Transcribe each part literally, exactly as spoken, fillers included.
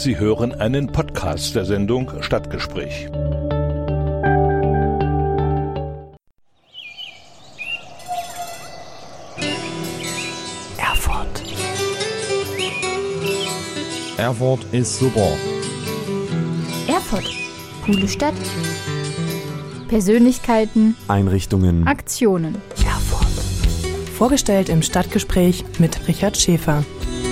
Sie hören einen Podcast der Sendung Stadtgespräch. Erfurt. Erfurt ist super. Erfurt. Coole Stadt. Persönlichkeiten. Einrichtungen. Aktionen. Erfurt. Vorgestellt im Stadtgespräch mit Richard Schäfer.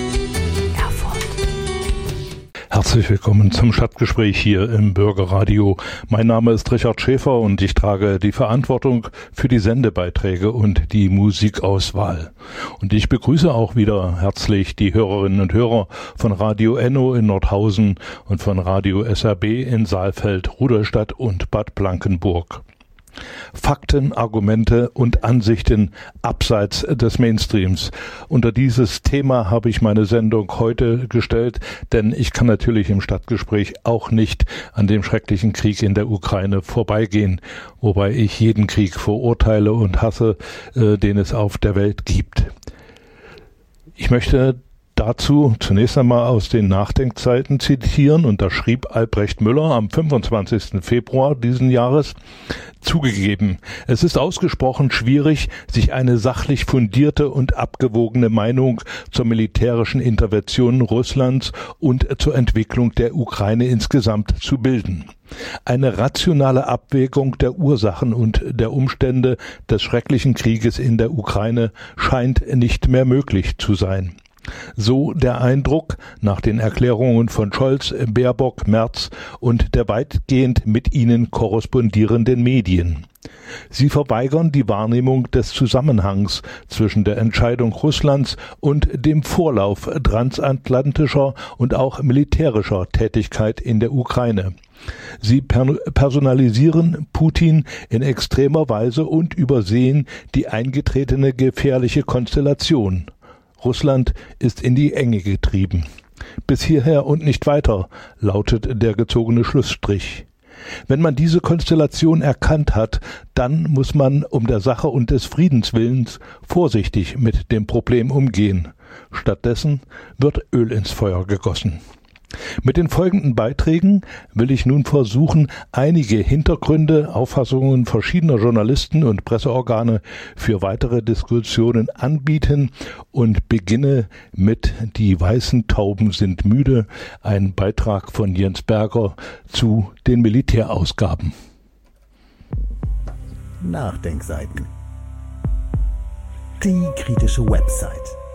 Herzlich willkommen zum Stadtgespräch hier im Bürgerradio. Mein Name ist Richard Schäfer und ich trage die Verantwortung für die Sendebeiträge und die Musikauswahl. Und ich begrüße auch wieder herzlich die Hörerinnen und Hörer von Radio Enno in Nordhausen und von Radio S R B in Saalfeld, Rudolstadt und Bad Blankenburg. Fakten, Argumente und Ansichten abseits des Mainstreams. Unter dieses Thema habe ich meine Sendung heute gestellt, denn ich kann natürlich im Stadtgespräch auch nicht an dem schrecklichen Krieg in der Ukraine vorbeigehen, wobei ich jeden Krieg verurteile und hasse, äh, den es auf der Welt gibt. Ich möchte dazu zunächst einmal aus den Nachdenkzeiten zitieren, und da schrieb Albrecht Müller am fünfundzwanzigsten Februar diesen Jahres: Zugegeben, es ist ausgesprochen schwierig, sich eine sachlich fundierte und abgewogene Meinung zur militärischen Intervention Russlands und zur Entwicklung der Ukraine insgesamt zu bilden. Eine rationale Abwägung der Ursachen und der Umstände des schrecklichen Krieges in der Ukraine scheint nicht mehr möglich zu sein. So der Eindruck nach den Erklärungen von Scholz, Baerbock, Merz und der weitgehend mit ihnen korrespondierenden Medien. Sie verweigern die Wahrnehmung des Zusammenhangs zwischen der Entscheidung Russlands und dem Vorlauf transatlantischer und auch militärischer Tätigkeit in der Ukraine. Sie personalisieren Putin in extremer Weise und übersehen die eingetretene gefährliche Konstellation. Russland ist in die Enge getrieben. Bis hierher und nicht weiter, lautet der gezogene Schlussstrich. Wenn man diese Konstellation erkannt hat, dann muss man um der Sache und des Friedens willens vorsichtig mit dem Problem umgehen. Stattdessen wird Öl ins Feuer gegossen. Mit den folgenden Beiträgen will ich nun versuchen, einige Hintergründe, Auffassungen verschiedener Journalisten und Presseorgane für weitere Diskussionen anbieten und beginne mit Die weißen Tauben sind müde, ein Beitrag von Jens Berger zu den Militärausgaben. Nachdenkseiten. Die kritische Website.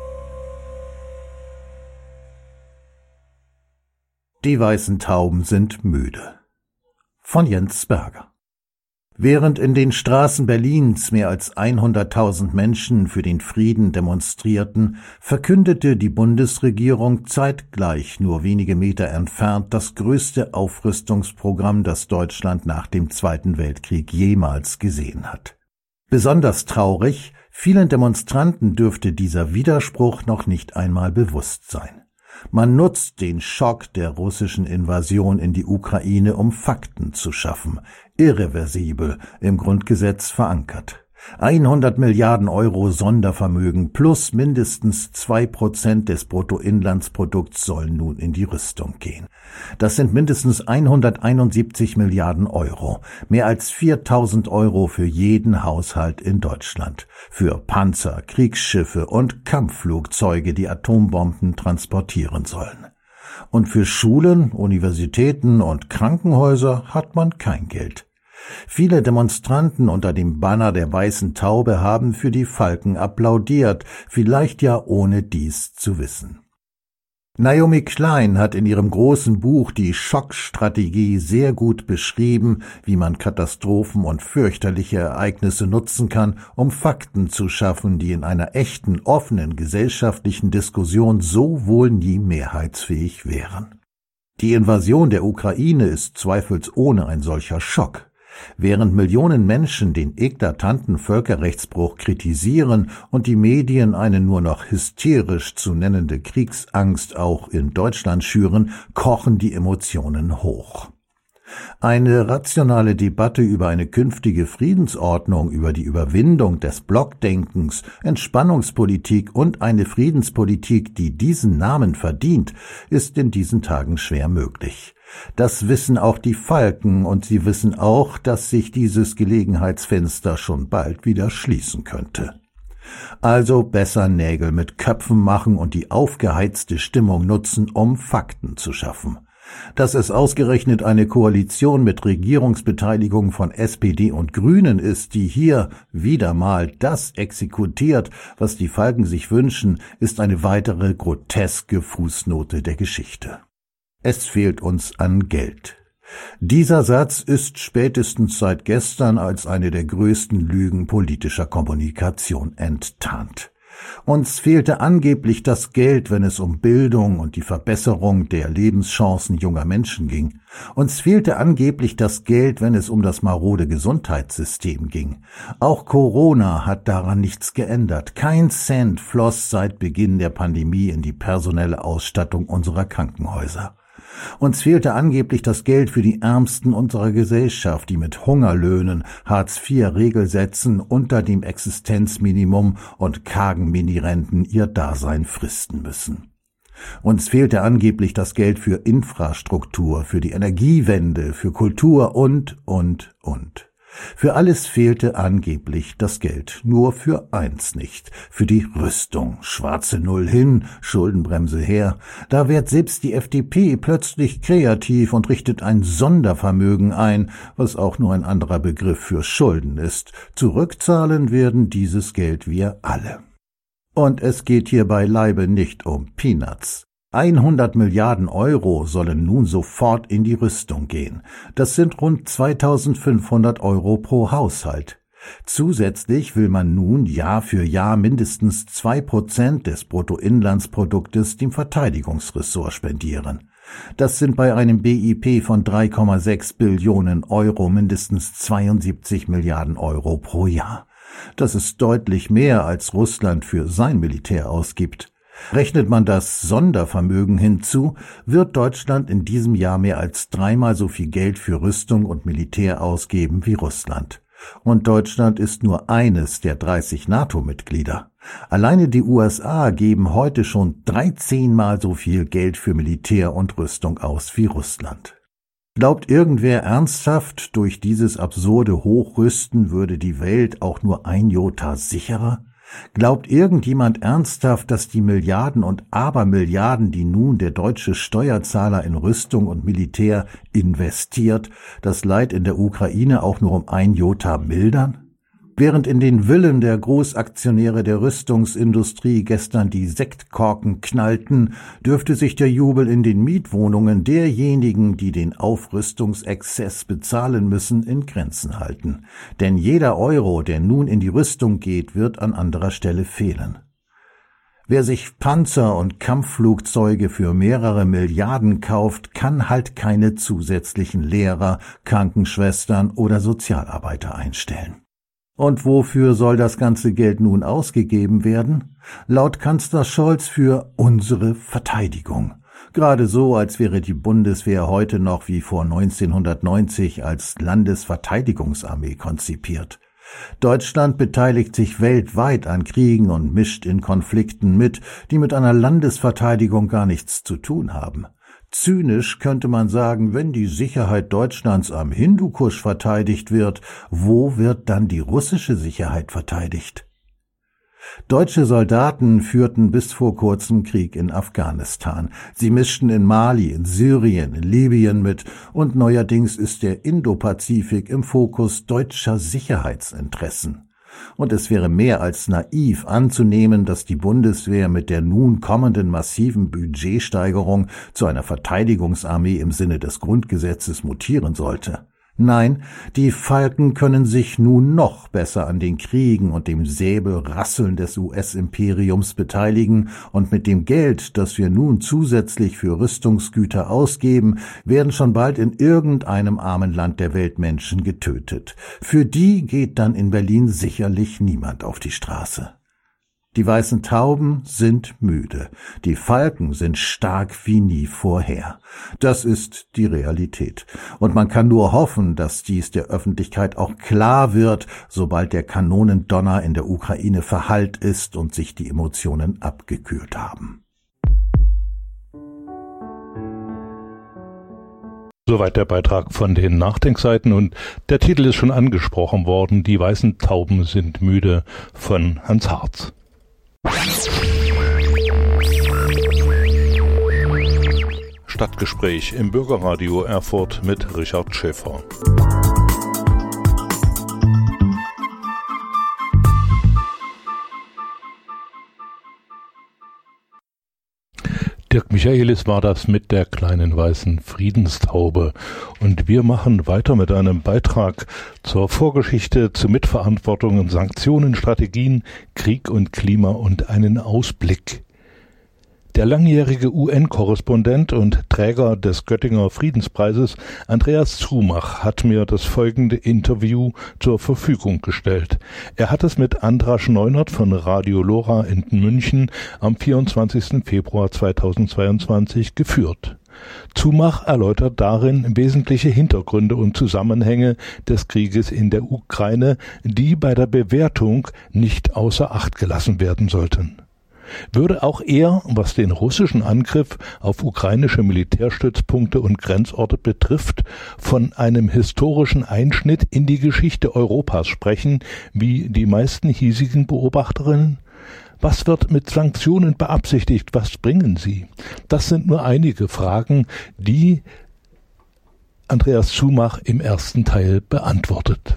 Die weißen Tauben sind müde. Von Jens Berger. Während in den Straßen Berlins mehr als hunderttausend Menschen für den Frieden demonstrierten, verkündete die Bundesregierung zeitgleich nur wenige Meter entfernt das größte Aufrüstungsprogramm, das Deutschland nach dem Zweiten Weltkrieg jemals gesehen hat. Besonders traurig, vielen Demonstranten dürfte dieser Widerspruch noch nicht einmal bewusst sein. Man nutzt den Schock der russischen Invasion in die Ukraine, um Fakten zu schaffen, irreversibel im Grundgesetz verankert. hundert Milliarden Euro Sondervermögen plus mindestens zwei Prozent des Bruttoinlandsprodukts sollen nun in die Rüstung gehen. Das sind mindestens hunderteinundsiebzig Milliarden Euro, mehr als viertausend Euro für jeden Haushalt in Deutschland, für Panzer, Kriegsschiffe und Kampfflugzeuge, die Atombomben transportieren sollen. Und für Schulen, Universitäten und Krankenhäuser hat man kein Geld. Viele Demonstranten unter dem Banner der weißen Taube haben für die Falken applaudiert, vielleicht ja ohne dies zu wissen. Naomi Klein hat in ihrem großen Buch Die Schockstrategie sehr gut beschrieben, wie man Katastrophen und fürchterliche Ereignisse nutzen kann, um Fakten zu schaffen, die in einer echten, offenen gesellschaftlichen Diskussion so wohl nie mehrheitsfähig wären. Die Invasion der Ukraine ist zweifelsohne ein solcher Schock. Während Millionen Menschen den eklatanten Völkerrechtsbruch kritisieren und die Medien eine nur noch hysterisch zu nennende Kriegsangst auch in Deutschland schüren, kochen die Emotionen hoch. Eine rationale Debatte über eine künftige Friedensordnung, über die Überwindung des Blockdenkens, Entspannungspolitik und eine Friedenspolitik, die diesen Namen verdient, ist in diesen Tagen schwer möglich. Das wissen auch die Falken, und sie wissen auch, dass sich dieses Gelegenheitsfenster schon bald wieder schließen könnte. Also besser Nägel mit Köpfen machen und die aufgeheizte Stimmung nutzen, um Fakten zu schaffen. Dass es ausgerechnet eine Koalition mit Regierungsbeteiligung von S P D und Grünen ist, die hier wieder mal das exekutiert, was die Falken sich wünschen, ist eine weitere groteske Fußnote der Geschichte. Es fehlt uns an Geld. Dieser Satz ist spätestens seit gestern als eine der größten Lügen politischer Kommunikation enttarnt. Uns fehlte angeblich das Geld, wenn es um Bildung und die Verbesserung der Lebenschancen junger Menschen ging. Uns fehlte angeblich das Geld, wenn es um das marode Gesundheitssystem ging. Auch Corona hat daran nichts geändert. Kein Cent floss seit Beginn der Pandemie in die personelle Ausstattung unserer Krankenhäuser. Uns fehlte angeblich das Geld für die Ärmsten unserer Gesellschaft, die mit Hungerlöhnen, Hartz vier Regelsätzen unter dem Existenzminimum und kargen Minirenten ihr Dasein fristen müssen. Uns fehlte angeblich das Geld für Infrastruktur, für die Energiewende, für Kultur und, und, und. Für alles fehlte angeblich das Geld, nur für eins nicht, für die Rüstung. Schwarze Null hin, Schuldenbremse her. Da wird selbst die F D P plötzlich kreativ und richtet ein Sondervermögen ein, was auch nur ein anderer Begriff für Schulden ist. Zurückzahlen werden dieses Geld wir alle. Und es geht hier beileibe nicht um Peanuts. hundert Milliarden Euro sollen nun sofort in die Rüstung gehen. Das sind rund zweitausendfünfhundert Euro pro Haushalt. Zusätzlich will man nun Jahr für Jahr mindestens zwei Prozent des Bruttoinlandsproduktes dem Verteidigungsressort spendieren. Das sind bei einem B I P von drei Komma sechs Billionen Euro mindestens zweiundsiebzig Milliarden Euro pro Jahr. Das ist deutlich mehr, als Russland für sein Militär ausgibt. Rechnet man das Sondervermögen hinzu, wird Deutschland in diesem Jahr mehr als dreimal so viel Geld für Rüstung und Militär ausgeben wie Russland. Und Deutschland ist nur eines der dreißig NATO-Mitglieder. Alleine die U S A geben heute schon dreizehnmal so viel Geld für Militär und Rüstung aus wie Russland. Glaubt irgendwer ernsthaft, durch dieses absurde Hochrüsten würde die Welt auch nur ein Jota sicherer? Glaubt irgendjemand ernsthaft, dass die Milliarden und Abermilliarden, die nun der deutsche Steuerzahler in Rüstung und Militär investiert, das Leid in der Ukraine auch nur um ein Jota mildern? Während in den Villen der Großaktionäre der Rüstungsindustrie gestern die Sektkorken knallten, dürfte sich der Jubel in den Mietwohnungen derjenigen, die den Aufrüstungsexzess bezahlen müssen, in Grenzen halten. Denn jeder Euro, der nun in die Rüstung geht, wird an anderer Stelle fehlen. Wer sich Panzer und Kampfflugzeuge für mehrere Milliarden kauft, kann halt keine zusätzlichen Lehrer, Krankenschwestern oder Sozialarbeiter einstellen. Und wofür soll das ganze Geld nun ausgegeben werden? Laut Kanzler Scholz für unsere Verteidigung. Gerade so, als wäre die Bundeswehr heute noch wie vor neunzehnhundertneunzig als Landesverteidigungsarmee konzipiert. Deutschland beteiligt sich weltweit an Kriegen und mischt in Konflikten mit, die mit einer Landesverteidigung gar nichts zu tun haben. Zynisch könnte man sagen, wenn die Sicherheit Deutschlands am Hindukusch verteidigt wird, wo wird dann die russische Sicherheit verteidigt? Deutsche Soldaten führten bis vor kurzem Krieg in Afghanistan. Sie mischten in Mali, in Syrien, in Libyen mit und neuerdings ist der Indopazifik im Fokus deutscher Sicherheitsinteressen. Und es wäre mehr als naiv anzunehmen, dass die Bundeswehr mit der nun kommenden massiven Budgetsteigerung zu einer Verteidigungsarmee im Sinne des Grundgesetzes mutieren sollte. Nein, die Falken können sich nun noch besser an den Kriegen und dem Säbelrasseln des U S-Imperiums beteiligen, und mit dem Geld, das wir nun zusätzlich für Rüstungsgüter ausgeben, werden schon bald in irgendeinem armen Land der Welt Menschen getötet. Für die geht dann in Berlin sicherlich niemand auf die Straße. Die weißen Tauben sind müde, die Falken sind stark wie nie vorher. Das ist die Realität. Und man kann nur hoffen, dass dies der Öffentlichkeit auch klar wird, sobald der Kanonendonner in der Ukraine verhallt ist und sich die Emotionen abgekühlt haben. Soweit der Beitrag von den Nachdenkseiten, und der Titel ist schon angesprochen worden, Die weißen Tauben sind müde, von Hans Harz. Stadtgespräch im Bürgerradio Erfurt mit Richard Schäfer. Dirk Michaelis war das mit der kleinen weißen Friedenstaube. Und wir machen weiter mit einem Beitrag zur Vorgeschichte, zu Mitverantwortung und Sanktionen, Strategien, Krieg und Klima und einen Ausblick. Der langjährige U N-Korrespondent und Träger des Göttinger Friedenspreises Andreas Zumach hat mir das folgende Interview zur Verfügung gestellt. Er hat es mit Andras Neunert von Radio Lora in München am vierundzwanzigsten Februar zweitausendzweiundzwanzig geführt. Zumach erläutert darin wesentliche Hintergründe und Zusammenhänge des Krieges in der Ukraine, die bei der Bewertung nicht außer Acht gelassen werden sollten. Würde auch er, was den russischen Angriff auf ukrainische Militärstützpunkte und Grenzorte betrifft, von einem historischen Einschnitt in die Geschichte Europas sprechen, wie die meisten hiesigen Beobachterinnen? Was wird mit Sanktionen beabsichtigt? Was bringen sie? Das sind nur einige Fragen, die Andreas Zumach im ersten Teil beantwortet.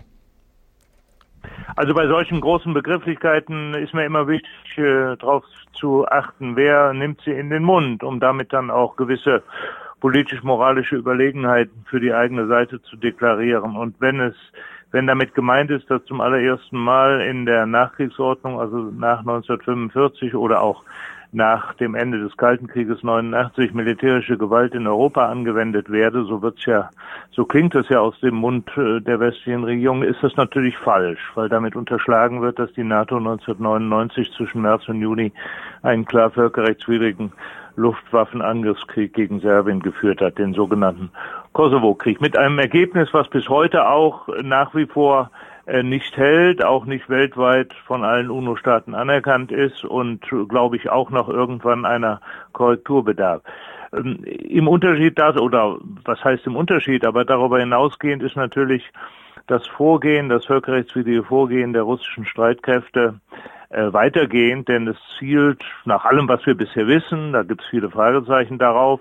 Also bei solchen großen Begrifflichkeiten ist mir immer wichtig, äh, darauf zu achten, wer nimmt sie in den Mund, um damit dann auch gewisse politisch-moralische Überlegenheiten für die eigene Seite zu deklarieren. Und wenn es, wenn damit gemeint ist, dass zum allerersten Mal in der Nachkriegsordnung, also nach neunzehnhundertfünfundvierzig oder auch nach dem Ende des Kalten Krieges neunundachtzig militärische Gewalt in Europa angewendet werde, so wird's ja, so klingt es ja aus dem Mund der westlichen Regierung, ist das natürlich falsch, weil damit unterschlagen wird, dass die NATO neunzehnhundertneunundneunzig zwischen März und Juni einen klar völkerrechtswidrigen Luftwaffenangriffskrieg gegen Serbien geführt hat, den sogenannten Kosovo-Krieg, mit einem Ergebnis, was bis heute auch nach wie vor nicht hält, auch nicht weltweit von allen UNO-Staaten anerkannt ist und, glaube ich, auch noch irgendwann einer Korrektur bedarf. Im Unterschied dazu, oder was heißt im Unterschied, aber darüber hinausgehend ist natürlich das Vorgehen, das völkerrechtswidrige Vorgehen der russischen Streitkräfte äh, weitergehend, denn es zielt nach allem, was wir bisher wissen, da gibt es viele Fragezeichen darauf,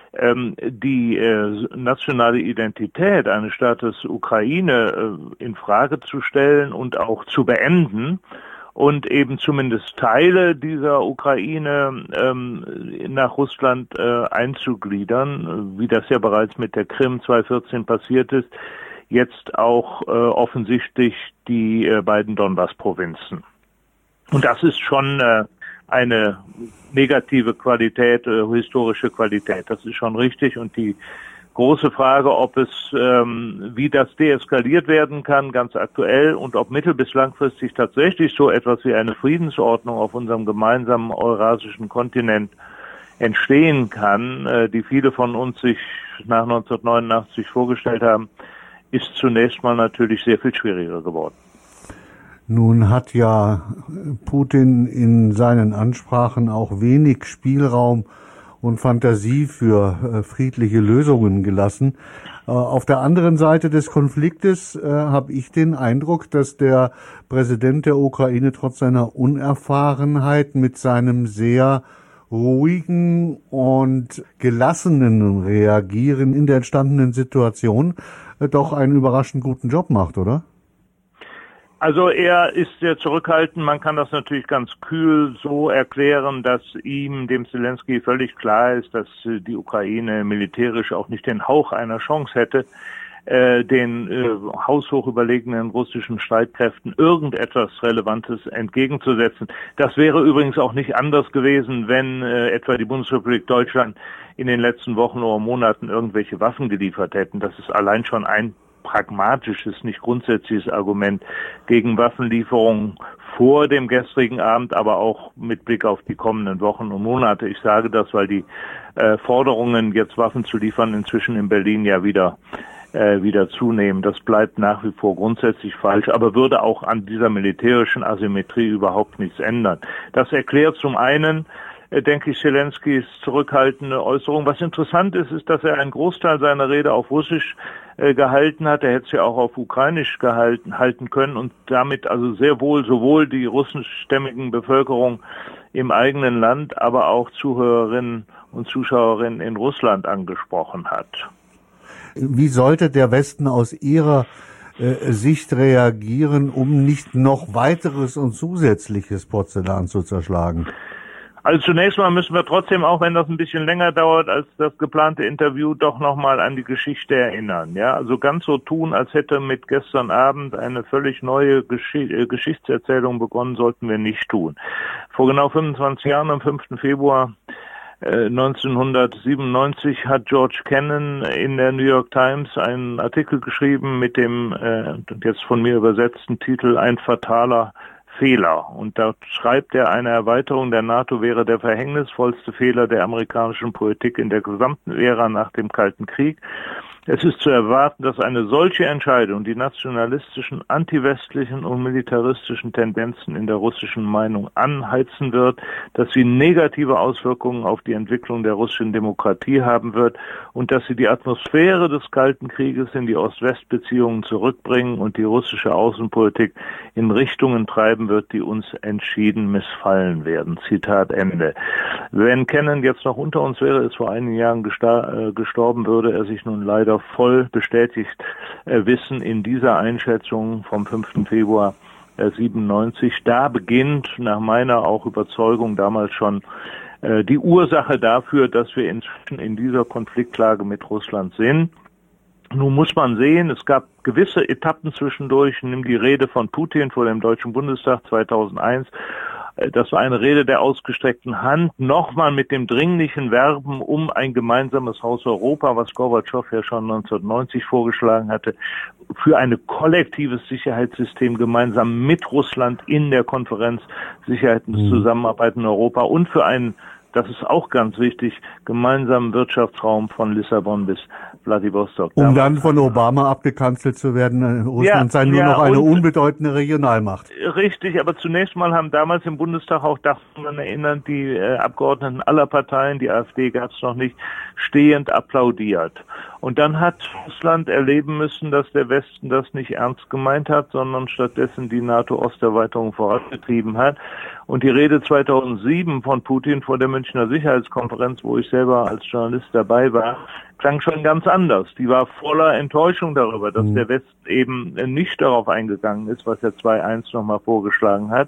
die äh, nationale Identität eines Staates Ukraine äh, in Frage zu stellen und auch zu beenden und eben zumindest Teile dieser Ukraine ähm, nach Russland äh, einzugliedern, wie das ja bereits mit der Krim zweitausendvierzehn passiert ist, jetzt auch äh, offensichtlich die äh, beiden Donbass-Provinzen. Und das ist schon äh, eine negative Qualität, äh, historische Qualität. Das ist schon richtig. Und die große Frage, ob es, ähm, wie das deeskaliert werden kann, ganz aktuell, und ob mittel- bis langfristig tatsächlich so etwas wie eine Friedensordnung auf unserem gemeinsamen eurasischen Kontinent entstehen kann, äh, die viele von uns sich nach neunzehnhundertneunundachtzig vorgestellt haben, ist zunächst mal natürlich sehr viel schwieriger geworden. Nun hat ja Putin in seinen Ansprachen auch wenig Spielraum und Fantasie für äh, friedliche Lösungen gelassen. Äh, auf der anderen Seite des Konfliktes äh, habe ich den Eindruck, dass der Präsident der Ukraine trotz seiner Unerfahrenheit mit seinem sehr ruhigen und gelassenen Reagieren in der entstandenen Situation äh, doch einen überraschend guten Job macht, oder? Also er ist sehr zurückhaltend. Man kann das natürlich ganz kühl so erklären, dass ihm, dem Zelensky, völlig klar ist, dass die Ukraine militärisch auch nicht den Hauch einer Chance hätte, äh, den äh, haushoch überlegenen russischen Streitkräften irgendetwas Relevantes entgegenzusetzen. Das wäre übrigens auch nicht anders gewesen, wenn äh, etwa die Bundesrepublik Deutschland in den letzten Wochen oder Monaten irgendwelche Waffen geliefert hätten. Das ist allein schon ein pragmatisches, nicht grundsätzliches Argument gegen Waffenlieferungen vor dem gestrigen Abend, aber auch mit Blick auf die kommenden Wochen und Monate. Ich sage das, weil die äh, Forderungen, jetzt Waffen zu liefern, inzwischen in Berlin ja wieder äh, wieder zunehmen. Das bleibt nach wie vor grundsätzlich falsch, aber würde auch an dieser militärischen Asymmetrie überhaupt nichts ändern. Das erklärt zum einen, äh, denke ich, Zelenskys zurückhaltende Äußerung. Was interessant ist, ist, dass er einen Großteil seiner Rede auf Russisch äh, gehalten hat. Er hätte es ja auch auf Ukrainisch gehalten halten können und damit also sehr wohl sowohl die russischstämmigen Bevölkerung im eigenen Land, aber auch Zuhörerinnen und Zuschauerinnen in Russland angesprochen hat. Wie sollte der Westen aus Ihrer äh, Sicht reagieren, um nicht noch weiteres und zusätzliches Porzellan zu zerschlagen? Also zunächst mal müssen wir trotzdem, auch wenn das ein bisschen länger dauert als das geplante Interview, doch nochmal an die Geschichte erinnern. Ja, also ganz so tun, als hätte mit gestern Abend eine völlig neue Gesch- äh, Geschichtserzählung begonnen, sollten wir nicht tun. Vor genau fünfundzwanzig Jahren, am fünften Februar neunzehnhundertsiebenundneunzig, hat George Kennan in der New York Times einen Artikel geschrieben mit dem äh, jetzt von mir übersetzten Titel "Ein fataler Fehler". Und dort schreibt er, eine Erweiterung der NATO wäre der verhängnisvollste Fehler der amerikanischen Politik in der gesamten Ära nach dem Kalten Krieg. Es ist zu erwarten, dass eine solche Entscheidung die nationalistischen, antiwestlichen und militaristischen Tendenzen in der russischen Meinung anheizen wird, dass sie negative Auswirkungen auf die Entwicklung der russischen Demokratie haben wird und dass sie die Atmosphäre des Kalten Krieges in die Ost-West-Beziehungen zurückbringen und die russische Außenpolitik in Richtungen treiben wird, die uns entschieden missfallen werden. Zitat Ende. Wenn Kennan jetzt noch unter uns wäre, ist vor einigen Jahren gesta- äh, gestorben, würde er sich nun leider voll bestätigt äh, wissen in dieser Einschätzung vom fünften Februar siebenundneunzig. Da beginnt nach meiner auch Überzeugung damals schon äh, die Ursache dafür, dass wir inzwischen in dieser Konfliktlage mit Russland sind. Nun muss man sehen, es gab gewisse Etappen zwischendurch. Nimm die Rede von Putin vor dem Deutschen Bundestag zweitausendeins. Das war eine Rede der ausgestreckten Hand, nochmal mit dem dringlichen Werben um ein gemeinsames Haus Europa, was Gorbatschow ja schon neunzehnhundertneunzig vorgeschlagen hatte, für ein kollektives Sicherheitssystem gemeinsam mit Russland in der Konferenz Sicherheit und Zusammenarbeit in Europa und für einen, das ist auch ganz wichtig, gemeinsamen Wirtschaftsraum von Lissabon bis Vladivostok. Um dann von Obama abgekanzelt zu werden, Russland sei nur ja, noch eine unbedeutende Regionalmacht. Richtig, aber zunächst mal haben damals im Bundestag auch, darf man erinnern, die äh, Abgeordneten aller Parteien, die AfD gab es noch nicht, stehend applaudiert. Und dann hat Russland erleben müssen, dass der Westen das nicht ernst gemeint hat, sondern stattdessen die NATO-Osterweiterung vorangetrieben hat. Und die Rede zweitausendsieben von Putin vor der Münchner Sicherheitskonferenz, wo ich selber als Journalist dabei war, klang schon ganz anders. Die war voller Enttäuschung darüber, dass mhm. der Westen eben nicht darauf eingegangen ist, was er zwei eins nochmal vorgeschlagen hat.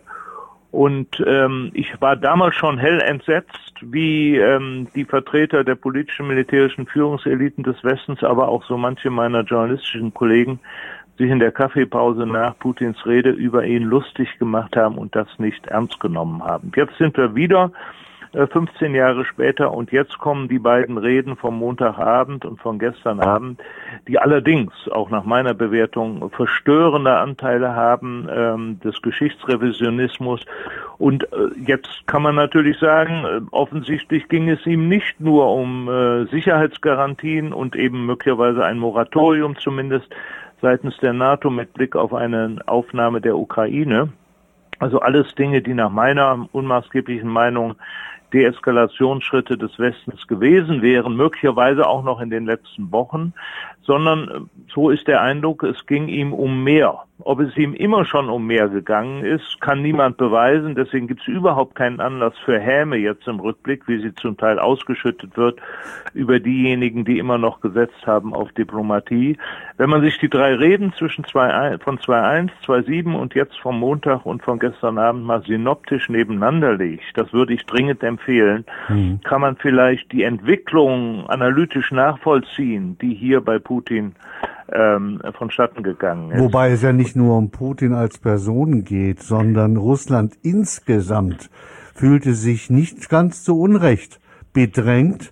Und ähm, ich war damals schon hell entsetzt, wie ähm, die Vertreter der politischen, militärischen Führungseliten des Westens, aber auch so manche meiner journalistischen Kollegen sich in der Kaffeepause nach Putins Rede über ihn lustig gemacht haben und das nicht ernst genommen haben. Jetzt sind wir wieder äh, fünfzehn Jahre später und jetzt kommen die beiden Reden vom Montagabend und von gestern Abend, die allerdings auch nach meiner Bewertung verstörende Anteile haben ähm, des Geschichtsrevisionismus. Und äh, jetzt kann man natürlich sagen, äh, offensichtlich ging es ihm nicht nur um äh, Sicherheitsgarantien und eben möglicherweise ein Moratorium zumindest seitens der NATO mit Blick auf eine Aufnahme der Ukraine. Also alles Dinge, die nach meiner unmaßgeblichen Meinung Deeskalationsschritte des Westens gewesen wären, möglicherweise auch noch in den letzten Wochen, sondern so ist der Eindruck, es ging ihm um mehr. Ob es ihm immer schon um mehr gegangen ist, kann niemand beweisen. Deswegen gibt es überhaupt keinen Anlass für Häme jetzt im Rückblick, wie sie zum Teil ausgeschüttet wird, über diejenigen, die immer noch gesetzt haben auf Diplomatie. Wenn man sich die drei Reden zwischen zwei, von zwei eins, zwei sieben und jetzt vom Montag und von gestern Abend mal synoptisch nebeneinander legt, das würde ich dringend empfehlen, mhm. kann man vielleicht die Entwicklung analytisch nachvollziehen, die hier bei Putin ähm, vonstatten gegangen ist. Wobei es ja nicht nur um Putin als Person geht, sondern Russland insgesamt fühlte sich nicht ganz zu Unrecht bedrängt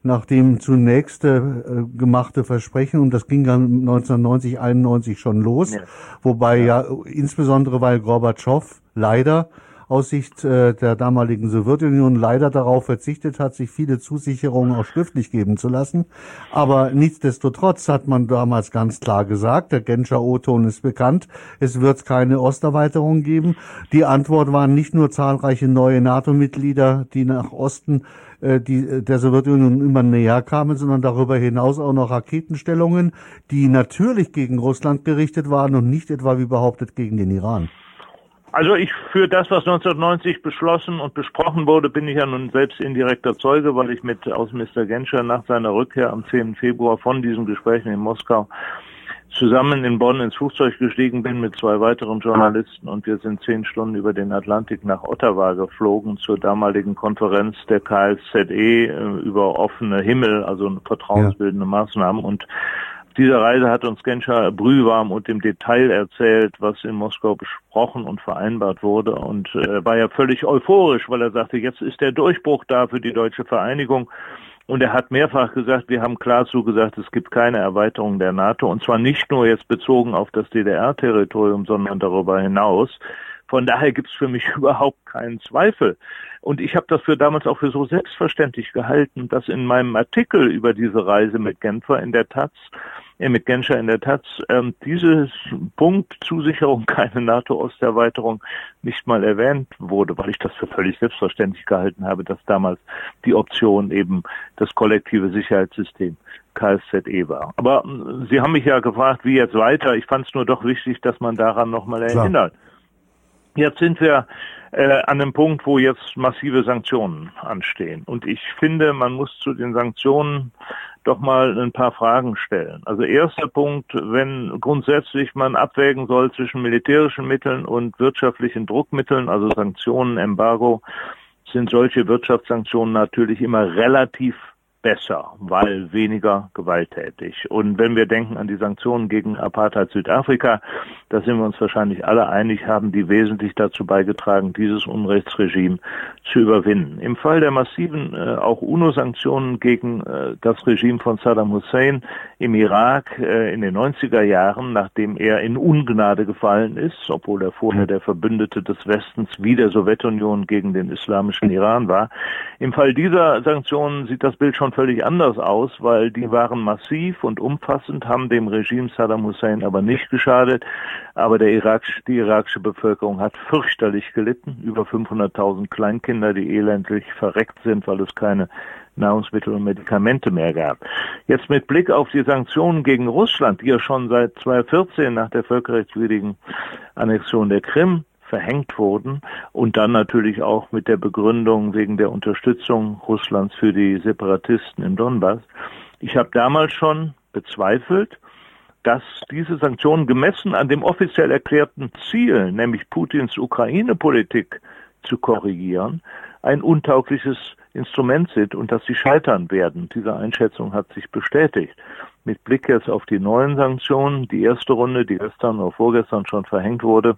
nachdem zunächst äh, gemachte Versprechen, und das ging dann neunzehnhundertneunzig, einundneunzig schon los, ja. wobei ja. ja insbesondere weil Gorbatschow leider aus Sicht äh, der damaligen Sowjetunion leider darauf verzichtet hat, sich viele Zusicherungen auch schriftlich geben zu lassen. Aber nichtsdestotrotz hat man damals ganz klar gesagt, der Genscher O-Ton ist bekannt, es wird keine Osterweiterung geben. Die Antwort waren nicht nur zahlreiche neue NATO-Mitglieder, die nach Osten äh, die der Sowjetunion immer näher kamen, sondern darüber hinaus auch noch Raketenstellungen, die natürlich gegen Russland gerichtet waren und nicht etwa wie behauptet gegen den Iran. Also ich für das, was neunzehnhundertneunzig beschlossen und besprochen wurde, bin ich ja nun selbst indirekter Zeuge, weil ich mit Außenminister Genscher nach seiner Rückkehr am zehnten Februar von diesen Gesprächen in Moskau zusammen in Bonn ins Flugzeug gestiegen bin mit zwei weiteren Journalisten und wir sind zehn Stunden über den Atlantik nach Ottawa geflogen zur damaligen Konferenz der K S Z E über offene Himmel, also vertrauensbildende Maßnahmen, und diese Reise hat uns Genscher brühwarm und im Detail erzählt, was in Moskau besprochen und vereinbart wurde, und äh, war ja völlig euphorisch, weil er sagte, jetzt ist der Durchbruch da für die deutsche Vereinigung. Und er hat mehrfach gesagt, wir haben klar zugesagt, es gibt keine Erweiterung der NATO, und zwar nicht nur jetzt bezogen auf das D D R-Territorium, sondern darüber hinaus. Von daher gibt es für mich überhaupt keinen Zweifel. Und ich habe das für damals auch für so selbstverständlich gehalten, dass in meinem Artikel über diese Reise mit Genfer in der Taz, äh, mit Genscher in der Taz, ähm, dieses Punkt Zusicherung, keine NATO-Osterweiterung, nicht mal erwähnt wurde, weil ich das für völlig selbstverständlich gehalten habe, dass damals die Option eben das kollektive Sicherheitssystem K S Z E war. Aber äh, Sie haben mich ja gefragt, wie jetzt weiter. Ich fand es nur doch wichtig, dass man daran nochmal erinnert. Jetzt sind wir äh, an einem Punkt, wo jetzt massive Sanktionen anstehen. Und ich finde, man muss zu den Sanktionen doch mal ein paar Fragen stellen. Also erster Punkt, wenn grundsätzlich man abwägen soll zwischen militärischen Mitteln und wirtschaftlichen Druckmitteln, also Sanktionen, Embargo, sind solche Wirtschaftssanktionen natürlich immer relativ besser, weil weniger gewalttätig. Und wenn wir denken an die Sanktionen gegen Apartheid Südafrika, da sind wir uns wahrscheinlich alle einig, haben die wesentlich dazu beigetragen, dieses Unrechtsregime zu überwinden. Im Fall der massiven äh, auch UNO-Sanktionen gegen äh, das Regime von Saddam Hussein im Irak äh, in den neunziger Jahren, nachdem er in Ungnade gefallen ist, obwohl er vorher der Verbündete des Westens wie der Sowjetunion gegen den islamischen Iran war. Im Fall dieser Sanktionen sieht das Bild schon völlig anders aus, weil die waren massiv und umfassend, haben dem Regime Saddam Hussein aber nicht geschadet. Aber der irakische, die irakische Bevölkerung hat fürchterlich gelitten. Über fünfhunderttausend Kleinkinder, die elendlich verreckt sind, weil es keine Nahrungsmittel und Medikamente mehr gab. Jetzt mit Blick auf die Sanktionen gegen Russland, die ja schon seit zweitausendvierzehn nach der völkerrechtswidrigen Annexion der Krim verhängt wurden und dann natürlich auch mit der Begründung wegen der Unterstützung Russlands für die Separatisten im Donbass. Ich habe damals schon bezweifelt, dass diese Sanktionen gemessen an dem offiziell erklärten Ziel, nämlich Putins Ukraine-Politik zu korrigieren, ein untaugliches Instrument sind und dass sie scheitern werden. Diese Einschätzung hat sich bestätigt. Mit Blick jetzt auf die neuen Sanktionen, die erste Runde, die gestern oder vorgestern schon verhängt wurde,